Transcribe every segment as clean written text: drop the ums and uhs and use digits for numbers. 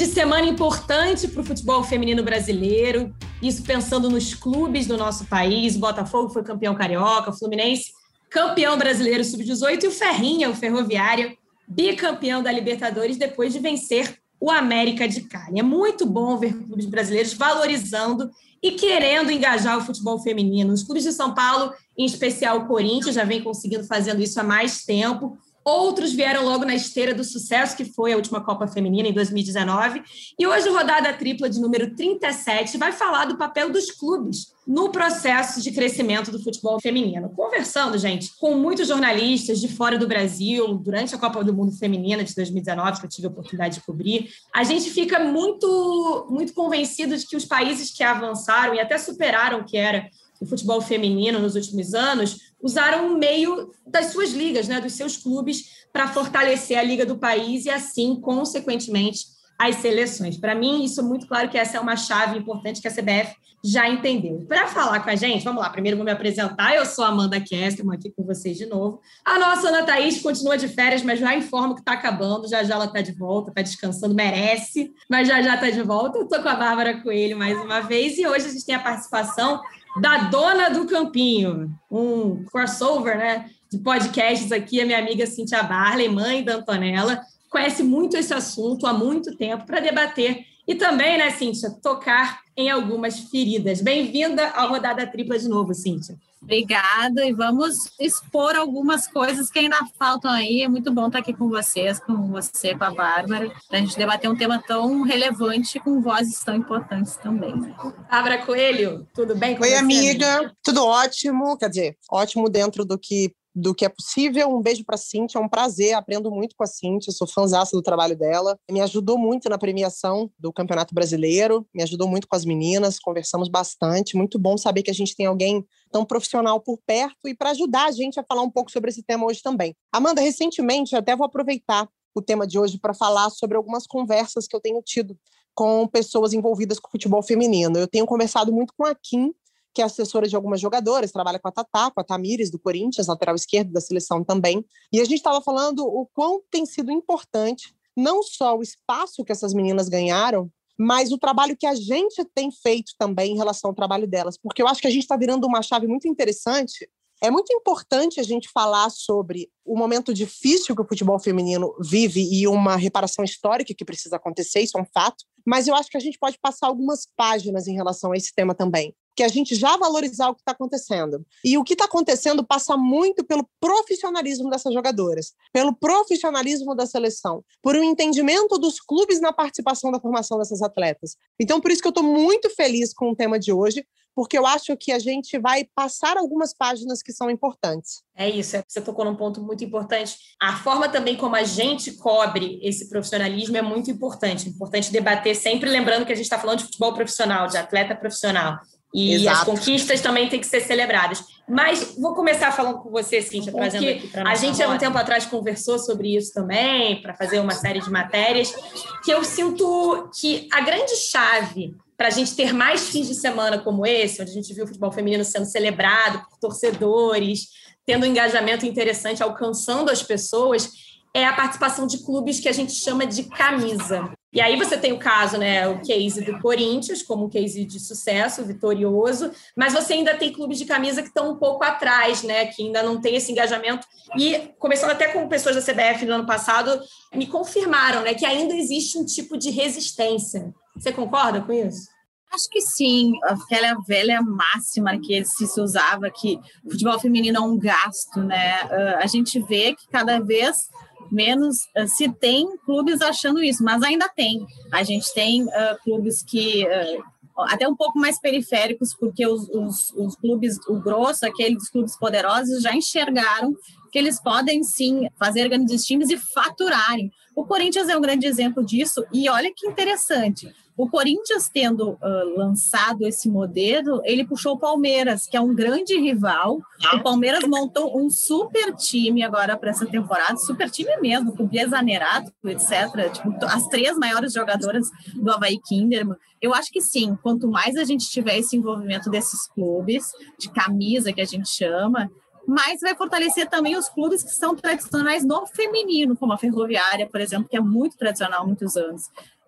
de semana importante para o futebol feminino brasileiro, isso pensando nos clubes do nosso país. O Botafogo foi campeão carioca, o Fluminense campeão brasileiro sub-18 e o Ferrinha, o Ferroviário, bicampeão da Libertadores depois de vencer o América de Cali. É muito bom ver clubes brasileiros valorizando e querendo engajar o futebol feminino. Os clubes de São Paulo, em especial o Corinthians, já vem conseguindo fazendo isso há mais tempo. Outros vieram logo na esteira do sucesso que foi a última Copa Feminina em 2019. E hoje, rodada tripla de número 37 vai falar do papel dos clubes no processo de crescimento do futebol feminino. Conversando, gente, com muitos jornalistas de fora do Brasil, durante a Copa do Mundo Feminina de 2019, que eu tive a oportunidade de cobrir, a gente fica muito, muito convencido de que os países que avançaram e até superaram o que era o futebol feminino nos últimos anos, usaram o meio das suas ligas, né, dos seus clubes, para fortalecer a liga do país e, assim, consequentemente, as seleções. Para mim, isso é muito claro que essa é uma chave importante que a CBF já entendeu. Para falar com a gente, vamos lá, primeiro vou me apresentar, eu sou a Amanda Kesterman, aqui com vocês de novo. A nossa Ana Thaís continua de férias, mas já informo que está acabando, já ela está de volta, está descansando, merece, mas já está de volta. Eu estou com a Bárbara Coelho mais uma vez e hoje a gente tem a participação da dona do Campinho, um crossover, né, de podcasts aqui, a minha amiga Cíntia Barley, mãe da Antonella, conhece muito esse assunto há muito tempo para debater e também, né, Cíntia, tocar em algumas feridas. Bem-vinda à rodada tripla de novo, Cíntia. Obrigada, e vamos expor algumas coisas que ainda faltam aí. É muito bom estar aqui com vocês, com a Bárbara, para a gente debater um tema tão relevante com vozes tão importantes também. Bárbara Coelho, tudo bem com você? Oi, amiga, tudo ótimo, quer dizer, ótimo dentro do que é possível. Um beijo para a Cíntia, é um prazer, aprendo muito com a Cíntia, sou fãzaça do trabalho dela, me ajudou muito na premiação do Campeonato Brasileiro, me ajudou muito com as meninas, conversamos bastante, muito bom saber que a gente tem alguém tão profissional por perto e para ajudar a gente a falar um pouco sobre esse tema hoje também. Amanda, recentemente, eu até vou aproveitar o tema de hoje para falar sobre algumas conversas que eu tenho tido com pessoas envolvidas com o futebol feminino. Eu tenho conversado muito com a Kim, que é assessora de algumas jogadoras, trabalha com a Tatá, com a Tamires do Corinthians, lateral esquerdo da seleção também. E a gente estava falando o quão tem sido importante, não só o espaço que essas meninas ganharam, mas o trabalho que a gente tem feito também em relação ao trabalho delas. Porque eu acho que a gente está virando uma chave muito interessante. É muito importante a gente falar sobre o momento difícil que o futebol feminino vive e uma reparação histórica que precisa acontecer, isso é um fato. Mas eu acho que a gente pode passar algumas páginas em relação a esse tema também, que a gente já valorizar o que está acontecendo. E o que está acontecendo passa muito pelo profissionalismo dessas jogadoras, pelo profissionalismo da seleção, por um entendimento dos clubes na participação da formação dessas atletas. Então, por isso que eu estou muito feliz com o tema de hoje, porque eu acho que a gente vai passar algumas páginas que são importantes. É isso, você tocou num ponto muito importante. A forma também como a gente cobre esse profissionalismo é muito importante. É importante debater sempre, lembrando que a gente está falando de futebol profissional, de atleta profissional. E Exato. As conquistas também têm que ser celebradas. Mas vou começar falando com você, Cíntia, trazendo aqui para nós. A gente há um tempo atrás conversou sobre isso também, para fazer uma série de matérias, que eu sinto que a grande chave para a gente ter mais fins de semana como esse, onde a gente viu o futebol feminino sendo celebrado por torcedores, tendo um engajamento interessante, alcançando as pessoas, é a participação de clubes que a gente chama de camisa. E aí você tem o caso, né, o case do Corinthians, como um case de sucesso, vitorioso, mas você ainda tem clubes de camisa que estão um pouco atrás, né, que ainda não tem esse engajamento. E, conversando até com pessoas da CBF no ano passado, me confirmaram, né, que ainda existe um tipo de resistência. Você concorda com isso? Acho que sim, aquela velha máxima que se usava, que o futebol feminino é um gasto, né? A gente vê que cada vez menos se tem clubes achando isso, mas ainda tem. A gente tem clubes que até um pouco mais periféricos, porque os clubes, o grosso, aqueles clubes poderosos, já enxergaram que eles podem sim fazer grandes times e faturarem. O Corinthians é um grande exemplo disso, e olha que interessante. O Corinthians, tendo lançado esse modelo, ele puxou o Palmeiras, que é um grande rival. O Palmeiras montou um super time agora para essa temporada, super time mesmo, com Bia Zanerato, etc. Tipo, as 3 maiores jogadoras do Avaí Kinderman. Eu acho que sim, quanto mais a gente tiver esse envolvimento desses clubes, de camisa que a gente chama, mas vai fortalecer também os clubes que são tradicionais no feminino, como a Ferroviária, por exemplo, que é muito tradicional há muitos anos.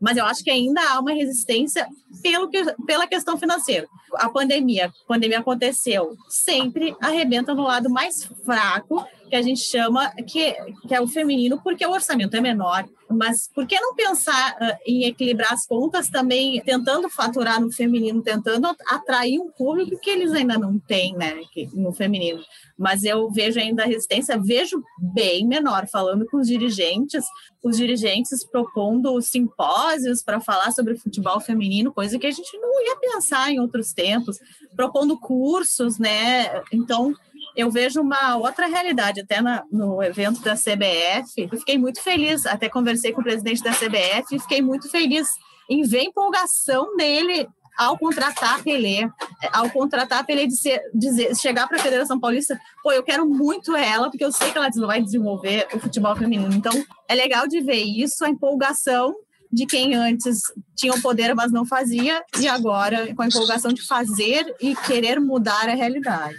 Mas eu acho que ainda há uma resistência pela questão financeira. A pandemia aconteceu, sempre arrebenta no lado mais fraco, que a gente chama, que é o feminino, porque o orçamento é menor. Mas por que não pensar em equilibrar as contas também, tentando faturar no feminino, tentando atrair um público que eles ainda não têm, né, no feminino? Mas eu vejo ainda a resistência, vejo bem menor, falando com os dirigentes propondo simpósios para falar sobre futebol feminino, coisa que a gente não ia pensar em outros tempos, propondo cursos, né? Então, eu vejo uma outra realidade, até no evento da CBF, eu fiquei muito feliz, até conversei com o presidente da CBF, e fiquei muito feliz em ver a empolgação dele ao contratar a Pelé, de chegar para a Federação Paulista, eu quero muito ela, porque eu sei que ela vai desenvolver o futebol feminino. Então, é legal de ver isso, a empolgação de quem antes tinha o poder, mas não fazia, e agora com a empolgação de fazer e querer mudar a realidade.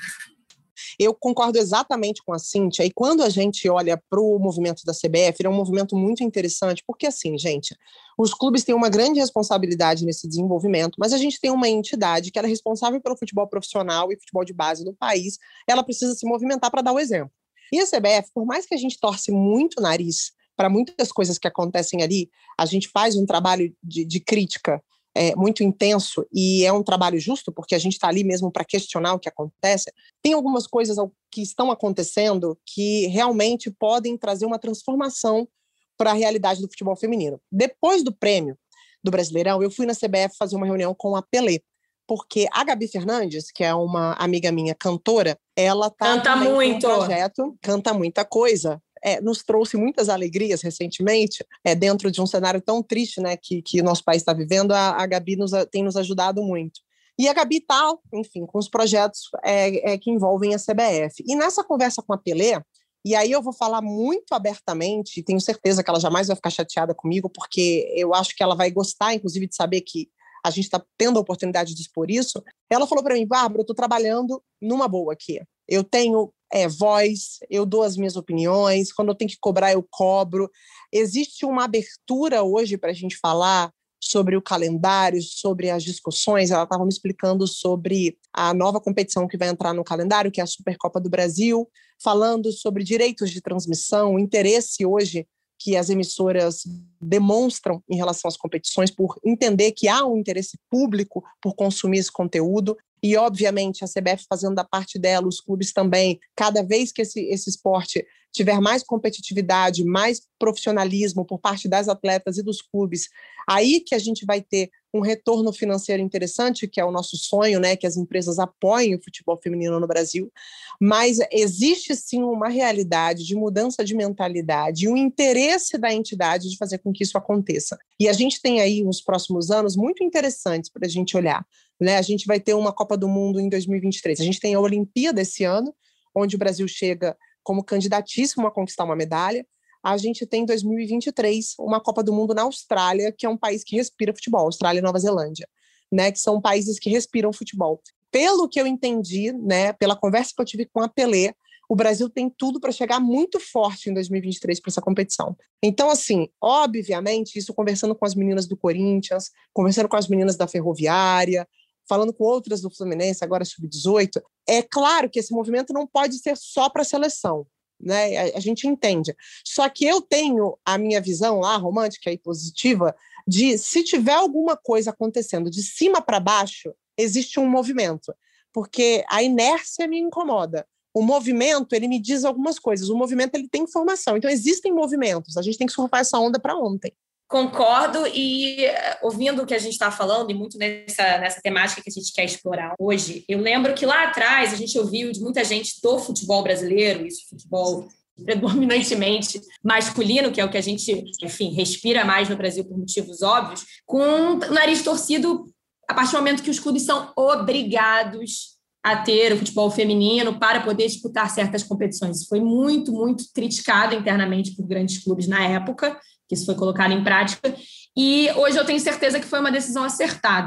Eu concordo exatamente com a Cíntia, e quando a gente olha para o movimento da CBF, ele é um movimento muito interessante, porque assim, gente, os clubes têm uma grande responsabilidade nesse desenvolvimento, mas a gente tem uma entidade que ela é responsável pelo futebol profissional e futebol de base no país, ela precisa se movimentar para dar o exemplo. E a CBF, por mais que a gente torce muito o nariz para muitas coisas que acontecem ali, a gente faz um trabalho de crítica muito intenso, e é um trabalho justo, porque a gente está ali mesmo para questionar o que acontece. Tem algumas coisas que estão acontecendo que realmente podem trazer uma transformação para a realidade do futebol feminino. Depois do prêmio do Brasileirão, eu fui na CBF fazer uma reunião com a Pelé, porque a Gabi Fernandes, que é uma amiga minha cantora, ela canta muito, projeto, canta muita coisa, nos trouxe muitas alegrias recentemente, dentro de um cenário tão triste, né, que o nosso país está vivendo. A Gabi tem nos ajudado muito. E a Gabi está, enfim, com os projetos que envolvem a CBF. E nessa conversa com a Pelé, e aí eu vou falar muito abertamente, e tenho certeza que ela jamais vai ficar chateada comigo, porque eu acho que ela vai gostar, inclusive, de saber que a gente está tendo a oportunidade de expor isso. Ela falou para mim: Bárbara, eu estou trabalhando numa boa aqui. Eu tenho voz, eu dou as minhas opiniões, quando eu tenho que cobrar, eu cobro. Existe uma abertura hoje para a gente falar sobre o calendário, sobre as discussões. Ela estava me explicando sobre a nova competição que vai entrar no calendário, que é a Supercopa do Brasil, falando sobre direitos de transmissão, o interesse hoje que as emissoras demonstram em relação às competições, por entender que há um interesse público por consumir esse conteúdo. E, obviamente, a CBF fazendo da parte dela, os clubes também, cada vez que esse esporte tiver mais competitividade, mais profissionalismo por parte das atletas e dos clubes, aí que a gente vai ter um retorno financeiro interessante, que é o nosso sonho, né, que as empresas apoiem o futebol feminino no Brasil. Mas existe, sim, uma realidade de mudança de mentalidade e um interesse da entidade de fazer com que isso aconteça. E a gente tem aí, nos próximos anos, muito interessantes para a gente olhar, né? A gente vai ter uma Copa do Mundo em 2023. A gente tem a Olimpíada esse ano, onde o Brasil chega como candidatíssimo a conquistar uma medalha. A gente tem em 2023 uma Copa do Mundo na Austrália, que é um país que respira futebol, Austrália e Nova Zelândia, né, que são países que respiram futebol. Pelo que eu entendi, né, pela conversa que eu tive com a Pelé, o Brasil tem tudo para chegar muito forte em 2023 para essa competição. Então, assim, obviamente, isso conversando com as meninas do Corinthians, conversando com as meninas da Ferroviária, falando com outras do Fluminense, agora sub-18, é claro que esse movimento não pode ser só para a seleção, né? A gente entende. Só que eu tenho a minha visão lá, romântica e positiva, de se tiver alguma coisa acontecendo de cima para baixo, existe um movimento, porque a inércia me incomoda. O movimento, ele me diz algumas coisas. O movimento, ele tem informação. Então, existem movimentos. A gente tem que surfar essa onda para ontem. Concordo, e ouvindo o que a gente está falando, e muito nessa temática que a gente quer explorar hoje, eu lembro que lá atrás a gente ouviu de muita gente do futebol brasileiro, isso, futebol predominantemente masculino, que é o que a gente, enfim, respira mais no Brasil por motivos óbvios, com o nariz torcido a partir do momento que os clubes são obrigados a ter o futebol feminino para poder disputar certas competições. Isso foi muito, muito criticado internamente por grandes clubes na época, que isso foi colocado em prática, e hoje eu tenho certeza que foi uma decisão acertada,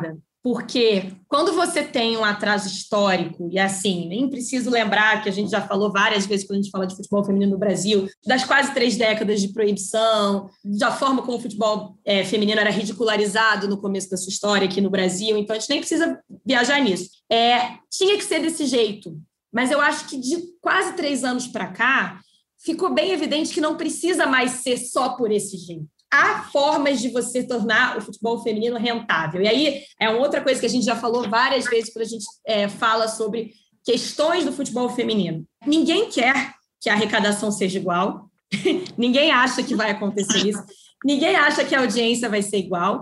porque quando você tem um atraso histórico, e assim, nem preciso lembrar que a gente já falou várias vezes quando a gente fala de futebol feminino no Brasil, das quase 3 décadas de proibição, da forma como o futebol feminino era ridicularizado no começo da sua história aqui no Brasil, então a gente nem precisa viajar nisso. Tinha que ser desse jeito, mas eu acho que de quase 3 anos para cá, ficou bem evidente que não precisa mais ser só por esse jeito. Há formas de você tornar o futebol feminino rentável. E aí é uma outra coisa que a gente já falou várias vezes quando a gente fala sobre questões do futebol feminino. Ninguém quer que a arrecadação seja igual, ninguém acha que vai acontecer isso, ninguém acha que a audiência vai ser igual,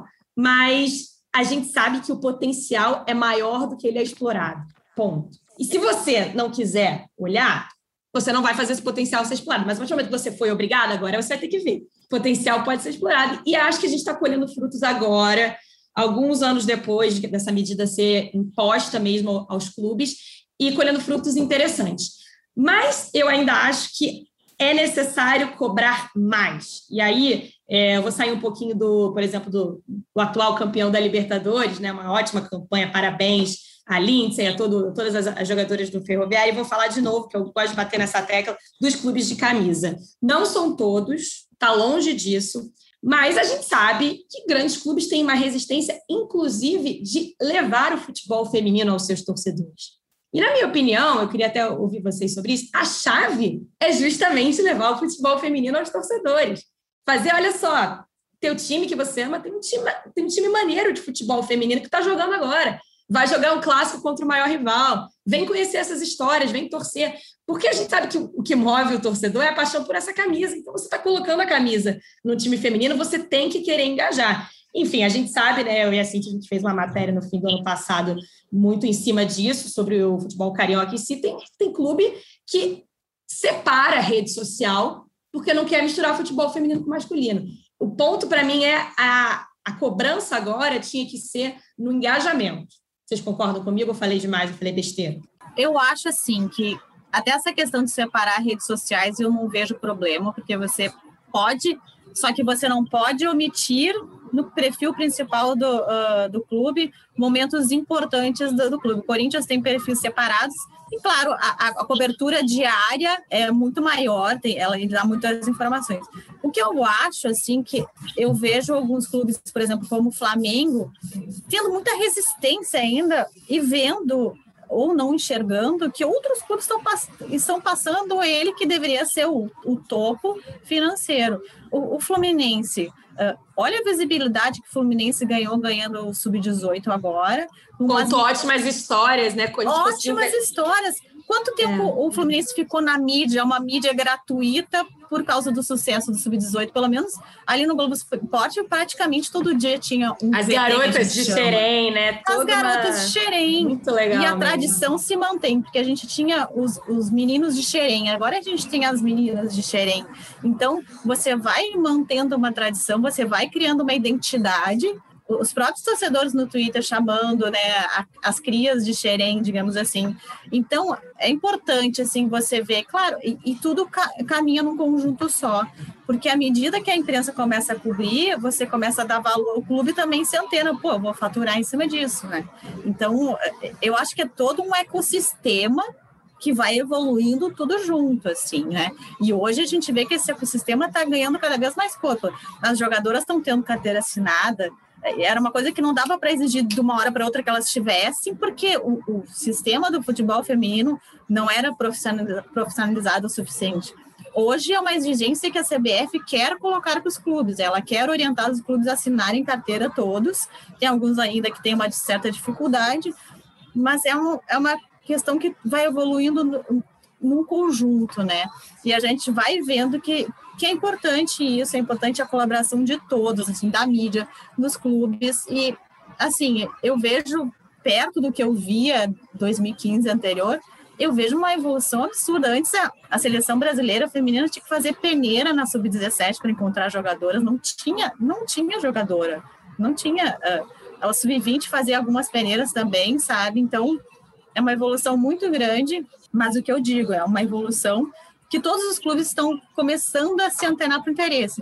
mas a gente sabe que o potencial é maior do que ele é explorado. Ponto. E se você não quiser olhar, você não vai fazer esse potencial ser explorado. Mas, a partir do momento que você foi obrigado, agora você vai ter que ver. O potencial pode ser explorado. E acho que a gente está colhendo frutos agora, alguns anos depois dessa medida ser imposta mesmo aos clubes, e colhendo frutos interessantes. Mas eu ainda acho que é necessário cobrar mais. E aí, eu vou sair um pouquinho, por exemplo, do atual campeão da Libertadores, né? Uma ótima campanha, parabéns a Lindsay, a todas as jogadoras do Ferroviário, e vou falar de novo, que eu gosto de bater nessa tecla, dos clubes de camisa. Não são todos, está longe disso, mas a gente sabe que grandes clubes têm uma resistência, inclusive, de levar o futebol feminino aos seus torcedores. E, na minha opinião, eu queria até ouvir vocês sobre isso, a chave é justamente levar o futebol feminino aos torcedores. Fazer, olha só, teu time que você ama tem um time maneiro de futebol feminino que está jogando agora. Vai jogar um clássico contra o maior rival, vem conhecer essas histórias, vem torcer, porque a gente sabe que o que move o torcedor é a paixão por essa camisa, então você está colocando a camisa no time feminino, você tem que querer engajar. Enfim, a gente sabe, né, eu e a Cintia, a gente fez uma matéria no fim do ano passado muito em cima disso, sobre o futebol carioca, e se tem clube que separa a rede social porque não quer misturar o futebol feminino com o masculino. O ponto, para mim, é a cobrança agora tinha que ser no engajamento. Vocês concordam comigo? Eu falei demais, eu falei besteira. Eu acho, assim, que até essa questão de separar redes sociais eu não vejo problema, porque você pode, só que você não pode omitir no perfil principal do clube momentos importantes do clube. O Corinthians tem perfis separados e, claro, a cobertura diária é muito maior, ela dá muitas informações. O que eu acho, assim, que eu vejo alguns clubes, por exemplo, como o Flamengo, tendo muita resistência ainda e vendo ou não enxergando que outros clubes estão passando ele, que deveria ser o topo financeiro. O Fluminense, olha a visibilidade que o Fluminense ganhando o Sub-18 agora. Contou ótimas histórias, né? Ótimas histórias. Quanto tempo o Fluminense ficou na mídia, uma mídia gratuita, por causa do sucesso do Sub-18, pelo menos ali no Globo Esporte, praticamente todo dia tinha um... As garotas de Xerém, né? As garotas de Xerém. Muito legal. E a tradição se mantém, porque a gente tinha os meninos de Xerém, agora a gente tem as meninas de Xerém. Então, você vai mantendo uma tradição, você vai criando uma identidade. Os próprios torcedores no Twitter chamando, né, as crias de Xerém, digamos assim. Então, é importante, assim, você ver, claro, e tudo caminha num conjunto só, porque à medida que a imprensa começa a cobrir, você começa a dar valor, o clube também se antena, eu vou faturar em cima disso, né? Então, eu acho que é todo um ecossistema que vai evoluindo tudo junto, assim, né? E hoje a gente vê que esse ecossistema está ganhando cada vez mais corpo. As jogadoras estão tendo carteira assinada. Era uma coisa que não dava para exigir de uma hora para outra que elas tivessem, porque o sistema do futebol feminino não era profissionalizado o suficiente. Hoje é uma exigência que a CBF quer colocar para os clubes, ela quer orientar os clubes a assinarem carteira todos, tem alguns ainda que têm uma certa dificuldade, mas é uma questão que vai evoluindo num conjunto, né? E a gente vai vendo que é importante isso, é importante a colaboração de todos, assim, da mídia, dos clubes, e, assim, eu vejo, perto do que eu via 2015 anterior, eu vejo uma evolução absurda. Antes, a seleção brasileira feminina tinha que fazer peneira na Sub-17 para encontrar jogadoras, não tinha jogadora, não tinha. A Sub-20 fazia algumas peneiras também, sabe? Então, é uma evolução muito grande, mas o que eu digo, é uma evolução que todos os clubes estão começando a se antenar para o interesse.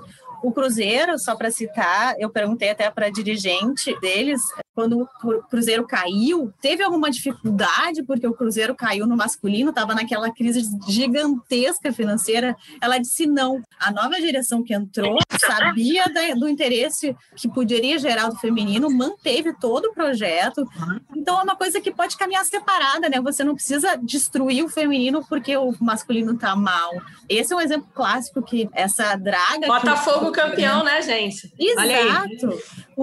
O Cruzeiro, só para citar, eu perguntei até para a dirigente deles, quando o Cruzeiro caiu, teve alguma dificuldade porque o Cruzeiro caiu no masculino, estava naquela crise gigantesca financeira? Ela disse não. A nova direção que entrou sabia do interesse que poderia gerar do feminino, manteve todo o projeto. Então é uma coisa que pode caminhar separada, né? Você não precisa destruir o feminino porque o masculino está mal. Esse é um exemplo clássico que essa draga... Botafogo campeão, né, gente? Exato.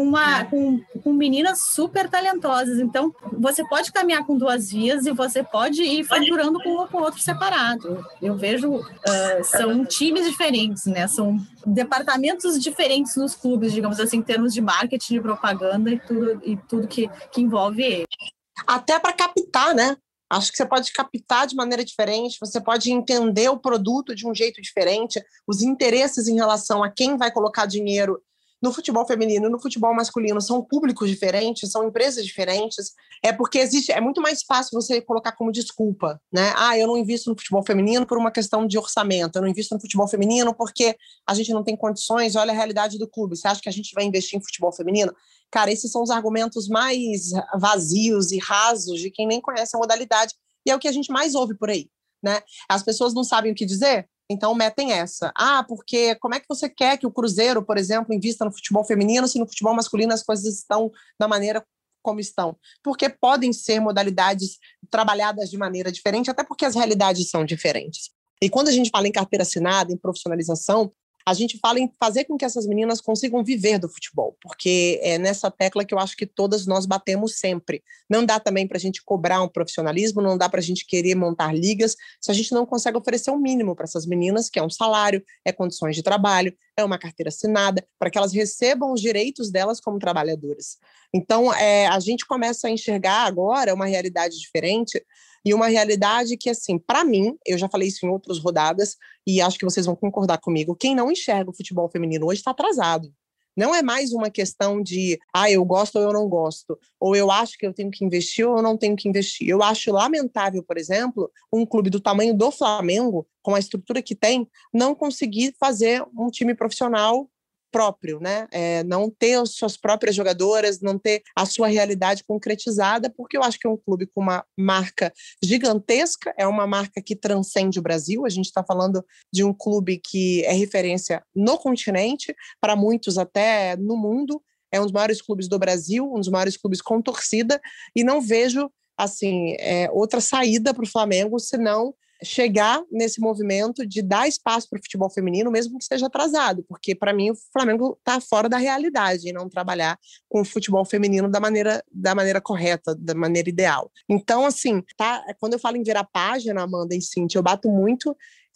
Com meninas super talentosas. Então, você pode caminhar com duas vias e você pode ir fraturando com um ou com o outro separado. Eu vejo, são times diferentes, né? São departamentos diferentes nos clubes, digamos assim, em termos de marketing, de propaganda e tudo que envolve ele. Até para captar, né? Acho que você pode captar de maneira diferente, você pode entender o produto de um jeito diferente, os interesses em relação a quem vai colocar dinheiro no futebol feminino e no futebol masculino são públicos diferentes, são empresas diferentes, porque é muito mais fácil você colocar como desculpa, né? Eu não invisto no futebol feminino por uma questão de orçamento, eu não invisto no futebol feminino porque a gente não tem condições, olha a realidade do clube, você acha que a gente vai investir em futebol feminino? Cara, esses são os argumentos mais vazios e rasos de quem nem conhece a modalidade, e é o que a gente mais ouve por aí, né? As pessoas não sabem o que dizer, então metem essa. Porque como é que você quer que o Cruzeiro, por exemplo, invista no futebol feminino se no futebol masculino as coisas estão da maneira como estão? Porque podem ser modalidades trabalhadas de maneira diferente, até porque as realidades são diferentes. E quando a gente fala em carteira assinada, em profissionalização, a gente fala em fazer com que essas meninas consigam viver do futebol, porque é nessa tecla que eu acho que todas nós batemos sempre. Não dá também para a gente cobrar um profissionalismo, não dá para a gente querer montar ligas, se a gente não consegue oferecer o mínimo para essas meninas, que é um salário, é condições de trabalho, é uma carteira assinada, para que elas recebam os direitos delas como trabalhadoras. Então, a gente começa a enxergar agora uma realidade diferente, e uma realidade que, assim, para mim, eu já falei isso em outras rodadas, e acho que vocês vão concordar comigo, quem não enxerga o futebol feminino hoje está atrasado. Não é mais uma questão de, eu gosto ou eu não gosto, ou eu acho que eu tenho que investir ou eu não tenho que investir. Eu acho lamentável, por exemplo, um clube do tamanho do Flamengo, com a estrutura que tem, não conseguir fazer um time profissional próprio, né? Não ter as suas próprias jogadoras, não ter a sua realidade concretizada, porque eu acho que é um clube com uma marca gigantesca, é uma marca que transcende o Brasil, a gente está falando de um clube que é referência no continente, para muitos até no mundo, é um dos maiores clubes do Brasil, um dos maiores clubes com torcida, e não vejo, assim, outra saída para o Flamengo, senão chegar nesse movimento de dar espaço para o futebol feminino, mesmo que seja atrasado, porque para mim o Flamengo está fora da realidade e não trabalhar com o futebol feminino da maneira correta, da maneira ideal. Então, assim, quando eu falo em virar página, Amanda e Cíntia, eu bato muito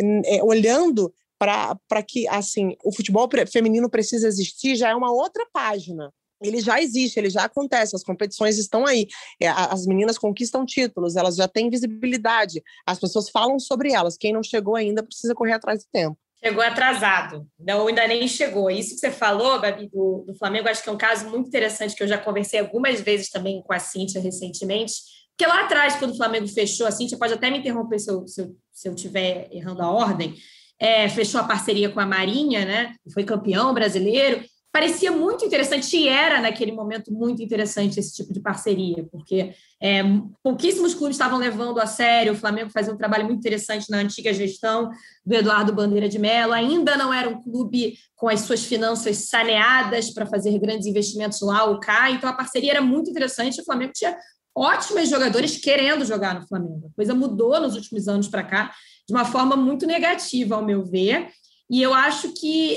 olhando para que, assim, o futebol feminino precisa existir, já é uma outra página. Ele já existe, ele já acontece, as competições estão aí, as meninas conquistam títulos, elas já têm visibilidade, as pessoas falam sobre elas, quem não chegou ainda precisa correr atrás do tempo. Chegou atrasado, ou ainda nem chegou. Isso que você falou, Gabi, do Flamengo, acho que é um caso muito interessante, que eu já conversei algumas vezes também com a Cíntia recentemente, porque lá atrás, quando o Flamengo fechou, a Cíntia pode até me interromper se eu estiver errando a ordem, fechou a parceria com a Marinha, né? Foi campeão brasileiro. Parecia muito interessante, e era naquele momento muito interessante esse tipo de parceria, porque pouquíssimos clubes estavam levando a sério, o Flamengo fazia um trabalho muito interessante na antiga gestão do Eduardo Bandeira de Mello, ainda não era um clube com as suas finanças saneadas para fazer grandes investimentos lá, ou cá, então a parceria era muito interessante, o Flamengo tinha ótimos jogadores querendo jogar no Flamengo. A coisa mudou nos últimos anos para cá, de uma forma muito negativa, ao meu ver. E eu acho que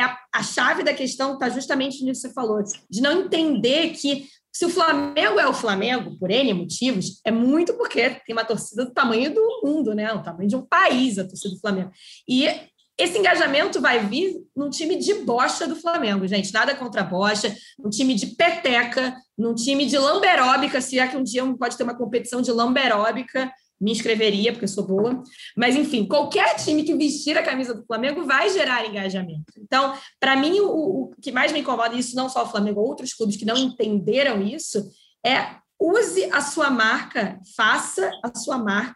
a chave da questão está justamente nisso que você falou, de não entender que se o Flamengo é o Flamengo, por N motivos, é muito porque tem uma torcida do tamanho do mundo, né? O tamanho de um país, a torcida do Flamengo. E esse engajamento vai vir num time de bocha do Flamengo, gente. Nada contra a bocha, num time de peteca, num time de lamberóbica, se é que um dia pode ter uma competição de lamberóbica, me inscreveria, porque eu sou boa. Mas, enfim, qualquer time que vestir a camisa do Flamengo vai gerar engajamento. Então, para mim, o que mais me incomoda, isso não só o Flamengo, outros clubes que não entenderam isso, use a sua marca, faça a sua marca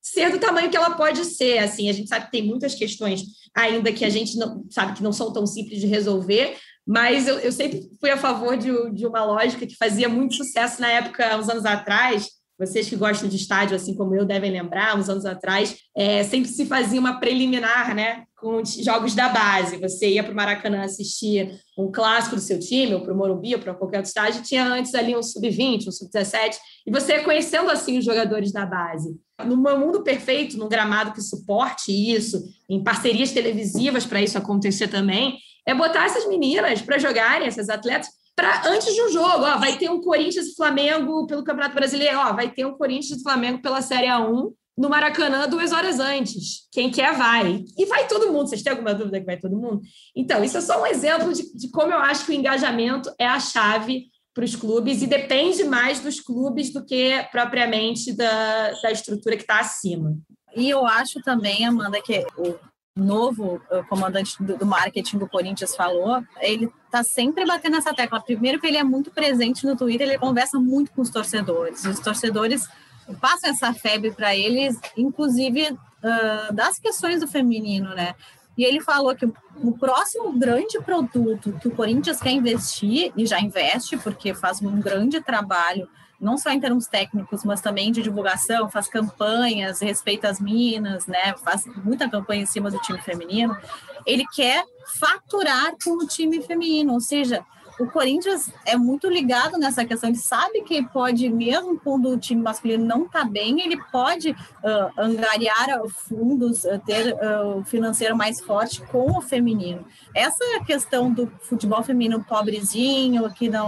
ser do tamanho que ela pode ser. Assim, a gente sabe que tem muitas questões ainda que a gente não sabe que não são tão simples de resolver, mas eu sempre fui a favor de uma lógica que fazia muito sucesso na época, uns anos atrás. Vocês que gostam de estádio, assim como eu, devem lembrar, uns anos atrás, sempre se fazia uma preliminar, né, com os jogos da base. Você ia para o Maracanã assistir um clássico do seu time, ou para o Morumbi, ou para qualquer outro estádio, tinha antes ali um sub-20, um sub-17, e você ia conhecendo assim os jogadores da base. No mundo perfeito, num gramado que suporte isso, em parcerias televisivas para isso acontecer também, é botar essas meninas para jogarem, essas atletas, para antes de um jogo, vai ter um Corinthians e Flamengo pelo Campeonato Brasileiro, vai ter um Corinthians e Flamengo pela Série A1 no Maracanã 2 horas antes. Quem quer vai. E vai todo mundo. Vocês têm alguma dúvida que vai todo mundo? Então, isso é só um exemplo de como eu acho que o engajamento é a chave para os clubes e depende mais dos clubes do que propriamente da estrutura que está acima. E eu acho também, Amanda, que o novo comandante do marketing do Corinthians falou, ele está sempre batendo nessa tecla. Primeiro que ele é muito presente no Twitter, ele conversa muito com os torcedores. Os torcedores passam essa febre para eles, inclusive das questões do feminino, né? E ele falou que o próximo grande produto que o Corinthians quer investir, e já investe, porque faz um grande trabalho, não só em termos técnicos, mas também de divulgação, faz campanhas, respeita as minas, né? Faz muita campanha em cima do time feminino. Ele quer faturar com o time feminino, ou seja, o Corinthians é muito ligado nessa questão, ele sabe que pode, mesmo quando o time masculino não está bem, ele pode angariar fundos, ter o financeiro mais forte com o feminino. Essa questão do futebol feminino pobrezinho,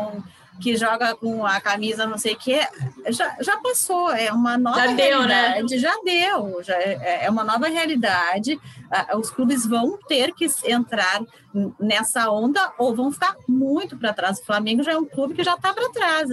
que joga com a camisa não sei o que, já passou, é uma nova realidade. Já deu, é uma nova realidade. Os clubes vão ter que entrar nessa onda ou vão ficar muito para trás. O Flamengo já é um clube que já está para trás,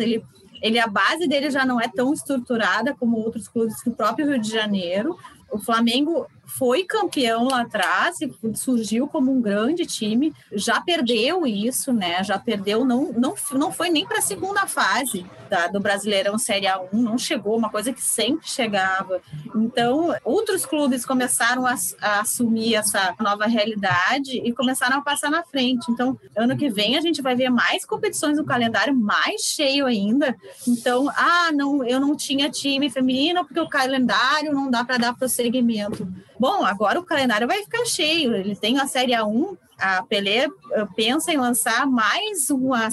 a base dele já não é tão estruturada como outros clubes do próprio Rio de Janeiro. O Flamengo foi campeão lá atrás e surgiu como um grande time, já perdeu isso, né? Já perdeu, não foi nem para a segunda fase do Brasileirão Série A1, não chegou, uma coisa que sempre chegava. Então, outros clubes começaram a assumir essa nova realidade e começaram a passar na frente. Então, ano que vem a gente vai ver mais competições no calendário, mais cheio ainda. Então, não, eu não tinha time feminino porque o calendário não dá para dar prosseguimento. Bom, agora o calendário vai ficar cheio. Ele tem a Série A1, a Pelé pensa em lançar mais uma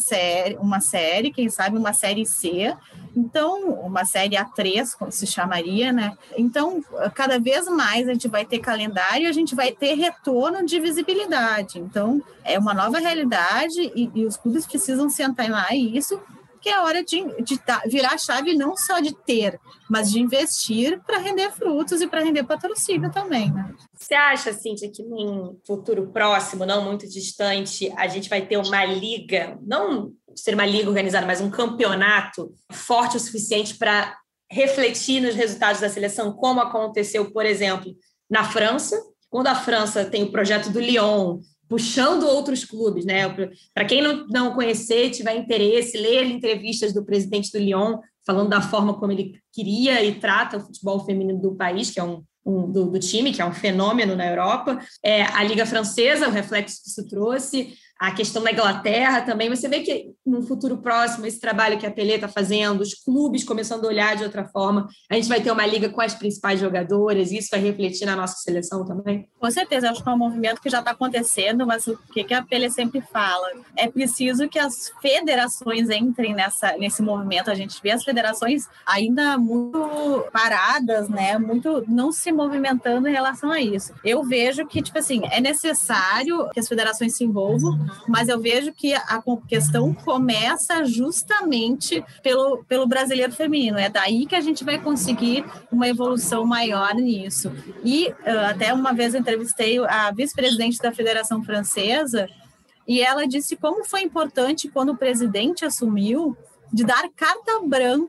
série, quem sabe uma Série C, então uma Série A3, como se chamaria, né? Então, cada vez mais a gente vai ter calendário e a gente vai ter retorno de visibilidade. Então, é uma nova realidade e os clubes precisam se antenar a isso, que é a hora de virar a chave não só de ter, mas de investir para render frutos e para render patrocínio também, né? Você acha, Cíntia, que num futuro próximo, não muito distante, a gente vai ter uma liga, não ser uma liga organizada, mas um campeonato forte o suficiente para refletir nos resultados da seleção, como aconteceu, por exemplo, na França, quando a França tem o projeto do Lyon, puxando outros clubes, né? Para quem não conhecer, tiver interesse, ler entrevistas do presidente do Lyon, falando da forma como ele queria e trata o futebol feminino do país, que é do time, que é um fenômeno na Europa. A Liga Francesa, o reflexo que isso trouxe, a questão da Inglaterra também. Você vê que, no futuro próximo, esse trabalho que a Pelé está fazendo, os clubes começando a olhar de outra forma, a gente vai ter uma liga com as principais jogadoras, e isso vai refletir na nossa seleção também? Com certeza, acho que é um movimento que já está acontecendo, mas o que a Pelé sempre fala? É preciso que as federações entrem nesse movimento. A gente vê as federações ainda muito paradas, né? Muito não se movimentando em relação a isso. Eu vejo que, é necessário que as federações se envolvam, mas eu vejo que a questão começa justamente pelo brasileiro feminino. É daí que a gente vai conseguir uma evolução maior nisso. E até uma vez eu entrevistei a vice-presidente da Federação Francesa e ela disse como foi importante quando o presidente assumiu de dar carta branca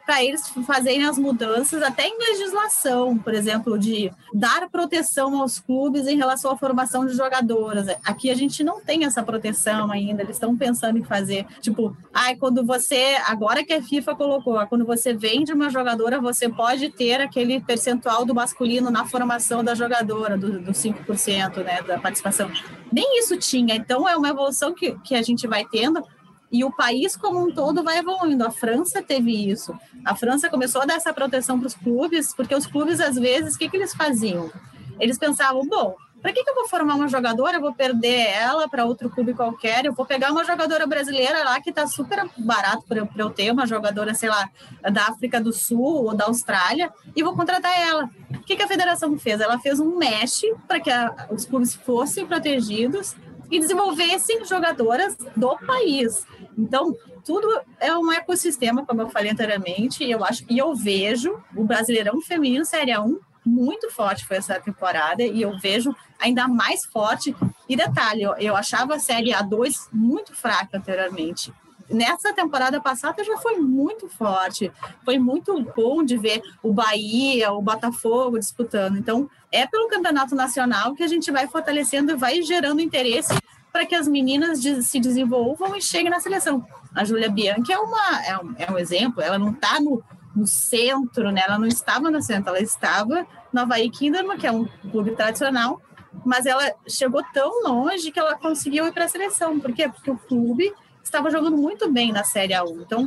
para eles fazerem as mudanças, até em legislação, por exemplo, de dar proteção aos clubes em relação à formação de jogadoras. Aqui a gente não tem essa proteção ainda, eles estão pensando em fazer, tipo, quando você, agora que a FIFA colocou, quando você vende uma jogadora, você pode ter aquele percentual do masculino na formação da jogadora, do 5%, né, da participação. Nem isso tinha, então é uma evolução que a gente vai tendo, e o país como um todo vai evoluindo. A França teve isso. A França começou a dar essa proteção para os clubes, porque os clubes, às vezes, o que eles faziam? Eles pensavam, bom, para que eu vou formar uma jogadora? Eu vou perder ela para outro clube qualquer, eu vou pegar uma jogadora brasileira lá que está super barato para eu ter, uma jogadora, sei lá, da África do Sul ou da Austrália, e vou contratar ela. O que a federação fez? Ela fez um mesh para que os clubes fossem protegidos e desenvolvessem jogadoras do país. Então, tudo é um ecossistema, como eu falei anteriormente, e eu vejo o Brasileirão Feminino Série A1 muito forte foi essa temporada, e eu vejo ainda mais forte. E detalhe, eu achava a Série A2 muito fraca anteriormente. Nessa temporada passada já foi muito forte, foi muito bom de ver o Bahia, o Botafogo disputando. Então, é pelo campeonato nacional que a gente vai fortalecendo e vai gerando interesse para que as meninas se desenvolvam e cheguem na seleção. A Júlia Bianchi é um exemplo, ela não está no centro, né? Ela não estava no centro, ela estava no Avaí Kinderman, que é um clube tradicional, mas ela chegou tão longe que ela conseguiu ir para a seleção. Por quê? Porque o clube estava jogando muito bem na Série A1. Então,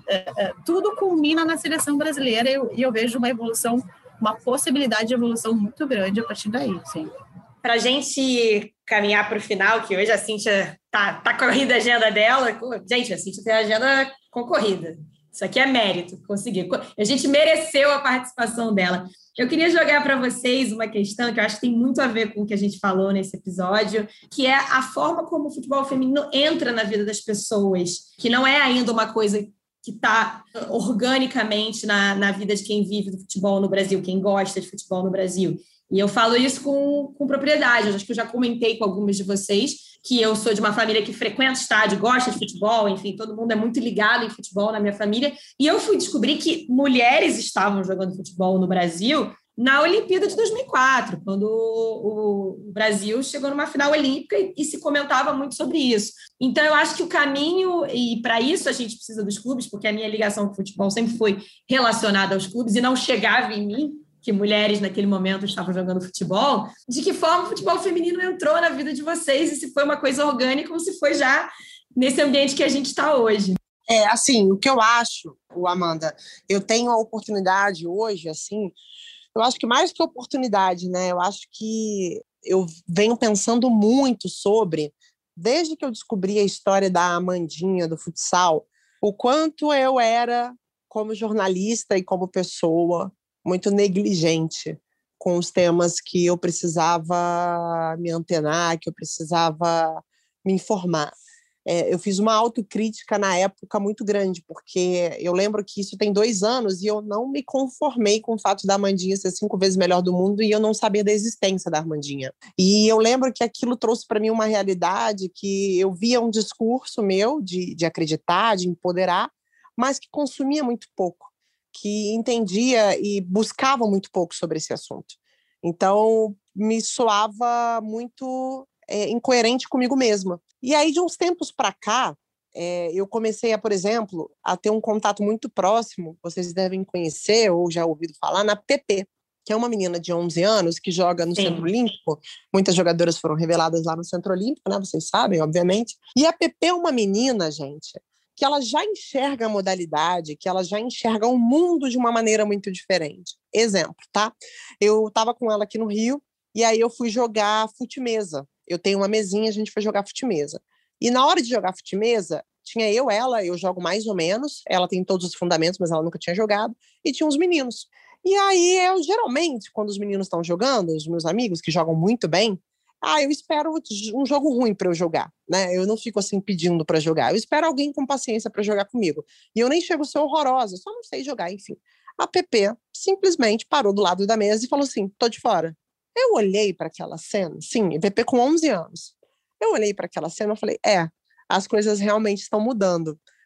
tudo culmina na seleção brasileira e eu vejo uma evolução, uma possibilidade de evolução muito grande a partir daí, sim. Para a gente caminhar para o final, que hoje a Cíntia tá corrida a agenda dela. Gente, a Cíntia tem a agenda concorrida. Isso aqui é mérito, conseguir. A gente mereceu a participação dela. Eu queria jogar para vocês uma questão que eu acho que tem muito a ver com o que a gente falou nesse episódio, que é a forma como o futebol feminino entra na vida das pessoas, que não é ainda uma coisa que está organicamente na vida de quem vive do futebol no Brasil, quem gosta de futebol no Brasil. E eu falo isso com propriedade. Eu acho que eu já comentei com algumas de vocês que eu sou de uma família que frequenta estádio, gosta de futebol, enfim, todo mundo é muito ligado em futebol na minha família. E eu fui descobrir que mulheres estavam jogando futebol no Brasil na Olimpíada de 2004, quando o Brasil chegou numa final olímpica e se comentava muito sobre isso. Então, eu acho que o caminho, e para isso a gente precisa dos clubes, porque a minha ligação com o futebol sempre foi relacionada aos clubes e não chegava em mim, que mulheres naquele momento estavam jogando futebol, de que forma o futebol feminino entrou na vida de vocês e se foi uma coisa orgânica ou se foi já nesse ambiente que a gente está hoje. Assim, o que eu acho, Amanda, eu tenho a oportunidade hoje, assim, eu acho que mais que oportunidade, né? Eu acho que eu venho pensando muito sobre, desde que eu descobri a história da Amandinha, do futsal, o quanto eu era, como jornalista e como pessoa, muito negligente com os temas que eu precisava me antenar, que eu precisava me informar. Eu fiz uma autocrítica na época muito grande, porque eu lembro que isso tem 2 anos e eu não me conformei com o fato da Amandinha ser 5 vezes melhor do mundo e eu não sabia da existência da Armandinha. E eu lembro que aquilo trouxe para mim uma realidade que eu via um discurso meu de acreditar, de empoderar, mas que consumia muito pouco, que entendia e buscava muito pouco sobre esse assunto. Então, me soava muito incoerente comigo mesma. E aí, de uns tempos para cá, eu comecei, por exemplo, a ter um contato muito próximo, vocês devem conhecer ou já ouvido falar, na PP, que é uma menina de 11 anos que joga no Centro Olímpico. Muitas jogadoras foram reveladas lá no Centro Olímpico, né? Vocês sabem, obviamente. E a PP é uma menina, gente, que ela já enxerga a modalidade, que ela já enxerga o mundo de uma maneira muito diferente. Exemplo, tá? Eu estava com ela aqui no Rio, e aí eu fui jogar fute-mesa. Eu tenho uma mesinha, a gente foi jogar fute-mesa. E na hora de jogar fute-mesa, tinha ela, eu jogo mais ou menos, ela tem todos os fundamentos, mas ela nunca tinha jogado, e tinha uns meninos. E aí eu, geralmente, quando os meninos estão jogando, os meus amigos que jogam muito bem, eu espero um jogo ruim para eu jogar, né? Eu não fico assim pedindo para jogar. Eu espero alguém com paciência para jogar comigo. E eu nem chego a ser horrorosa, só não sei jogar, enfim. A PP simplesmente parou do lado da mesa e falou assim, tô de fora. Eu olhei para aquela cena, sim, PP com 11 anos. Eu olhei para aquela cena e falei, as coisas realmente estão mudando.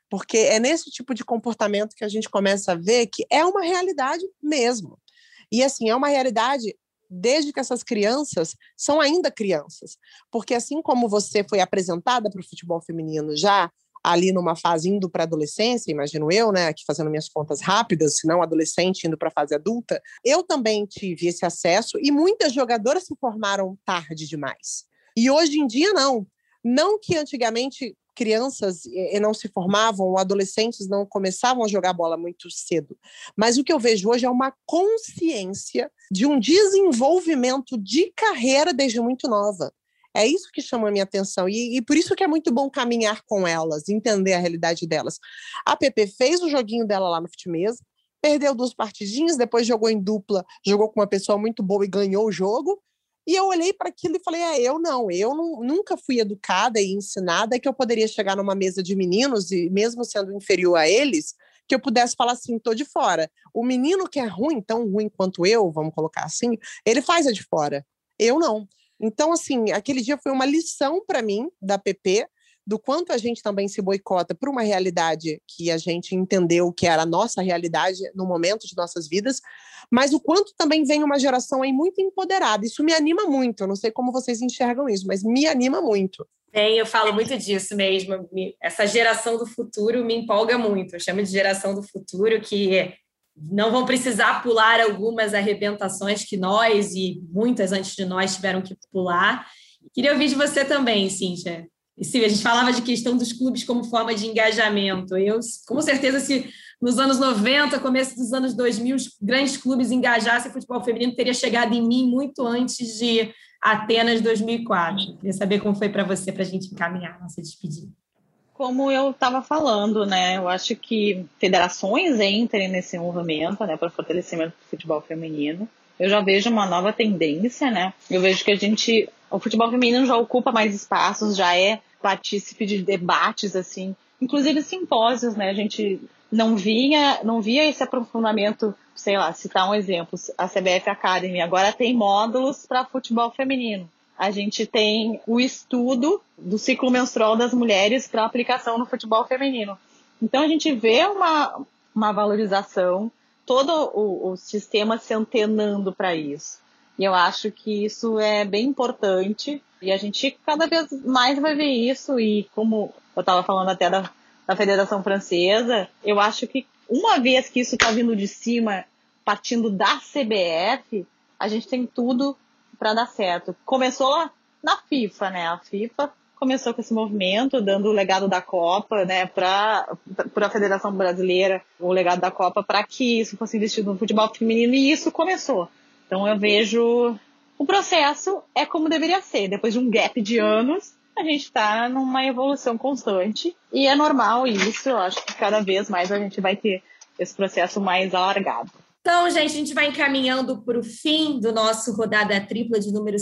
Porque é nesse tipo de comportamento que a gente começa a ver que é uma realidade mesmo. E, assim, é uma realidade desde que essas crianças são ainda crianças. Porque, assim como você foi apresentada para o futebol feminino já ali numa fase indo para a adolescência, imagino eu, né, aqui fazendo minhas contas rápidas, se não adolescente indo para a fase adulta, eu também tive esse acesso e muitas jogadoras se formaram tarde demais. E hoje em dia, não. Não que antigamente crianças não se formavam, ou adolescentes não começavam a jogar bola muito cedo. Mas o que eu vejo hoje é uma consciência de um desenvolvimento de carreira desde muito nova. É isso que chama a minha atenção. E por isso que é muito bom caminhar com elas, entender a realidade delas. A Pepe fez o joguinho dela lá no Fute-Mesa, perdeu 2 partidinhas, depois jogou em dupla, jogou com uma pessoa muito boa e ganhou o jogo. E eu olhei para aquilo e falei, eu nunca fui educada e ensinada que eu poderia chegar numa mesa de meninos, e mesmo sendo inferior a eles, que eu pudesse falar assim, tô de fora. O menino que é ruim, tão ruim quanto eu, vamos colocar assim, ele faz a de fora. Eu não. Então, assim, aquele dia foi uma lição para mim, da PP, do quanto a gente também se boicota por uma realidade que a gente entendeu que era a nossa realidade no momento de nossas vidas, mas o quanto também vem uma geração aí muito empoderada. Isso me anima muito, eu não sei como vocês enxergam isso, mas me anima muito. Eu falo muito disso mesmo. Essa geração do futuro me empolga muito. Eu chamo de geração do futuro, que não vão precisar pular algumas arrebentações que nós e muitas antes de nós tiveram que pular. Queria ouvir de você também, Cíntia. E sim, a gente falava de questão dos clubes como forma de engajamento. Eu, com certeza, se nos anos 90, começo dos anos 2000, os grandes clubes engajassem o futebol feminino, teria chegado em mim muito antes de Atenas 2004. Queria saber como foi para você, para a gente encaminhar a nossa despedida. Como eu estava falando, né? Eu acho que federações entrem nesse movimento, né, para o fortalecimento do futebol feminino. Eu já vejo uma nova tendência, né? Eu vejo que o futebol feminino já ocupa mais espaços, já é partícipe de debates, assim, inclusive simpósios, né? A gente não via esse aprofundamento, sei lá, citar um exemplo, a CBF Academy agora tem módulos para futebol feminino. A gente tem o estudo do ciclo menstrual das mulheres para aplicação no futebol feminino. Então a gente vê uma valorização, todo o sistema se antenando para isso. E eu acho que isso é bem importante e a gente cada vez mais vai ver isso. E como eu estava falando até da Federação Francesa, eu acho que uma vez que isso está vindo de cima, partindo da CBF, a gente tem tudo para dar certo. Começou lá na FIFA, né? A FIFA começou com esse movimento, dando o legado da Copa, né, para a Federação Brasileira, o legado da Copa, para que isso fosse investido no futebol feminino, e isso começou. Então eu vejo o processo é como deveria ser. Depois de um gap de anos, a gente está numa evolução constante e é normal isso. Eu acho que cada vez mais a gente vai ter esse processo mais alargado. Então, gente, a gente vai encaminhando para o fim do nosso Rodada Tripla de número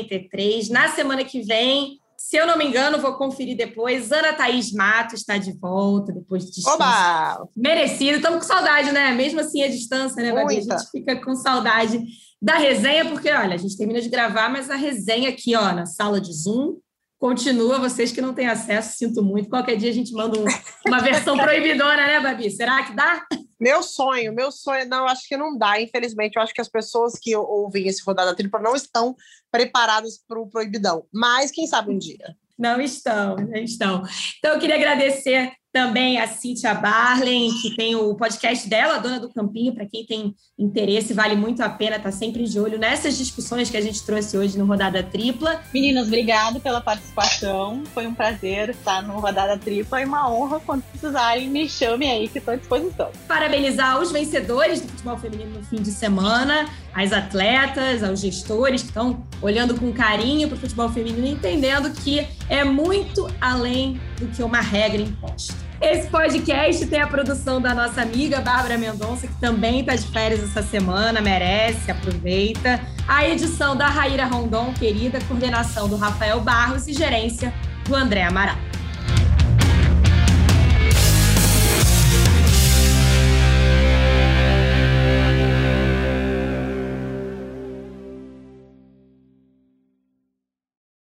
73. Na semana que vem, se eu não me engano, vou conferir depois, Ana Thaís Matos está de volta, depois de distância merecido. Estamos com saudade, né? Mesmo assim, a distância, né, Babi? A gente fica com saudade da resenha, porque, olha, a gente termina de gravar, mas a resenha aqui, ó, na sala de Zoom, continua. Vocês que não têm acesso, sinto muito. Qualquer dia a gente manda uma versão proibidora, né, Babi? Será que dá? Meu sonho, não, acho que não dá, infelizmente. Eu acho que as pessoas que ouvem esse Rodada Tripla não estão preparadas para o proibidão, mas quem sabe um dia. Não estão. Então, eu queria agradecer também a Cíntia Barlen, que tem o podcast dela, a Dona do Campinho. Para quem tem interesse, vale muito a pena estar sempre de olho nessas discussões que a gente trouxe hoje no Rodada Tripla. Meninas, obrigado pela participação. Foi um prazer estar no Rodada Tripla e uma honra. Quando precisarem, me chamem aí que estou à disposição. Parabenizar os vencedores do futebol feminino no fim de semana, as atletas, aos gestores que estão olhando com carinho para o futebol feminino e entendendo que é muito além do que uma regra imposta. Esse podcast tem a produção da nossa amiga Bárbara Mendonça, que também está de férias essa semana, merece, aproveita. A edição da Raíra Rondon, querida, coordenação do Rafael Barros e gerência do André Amaral.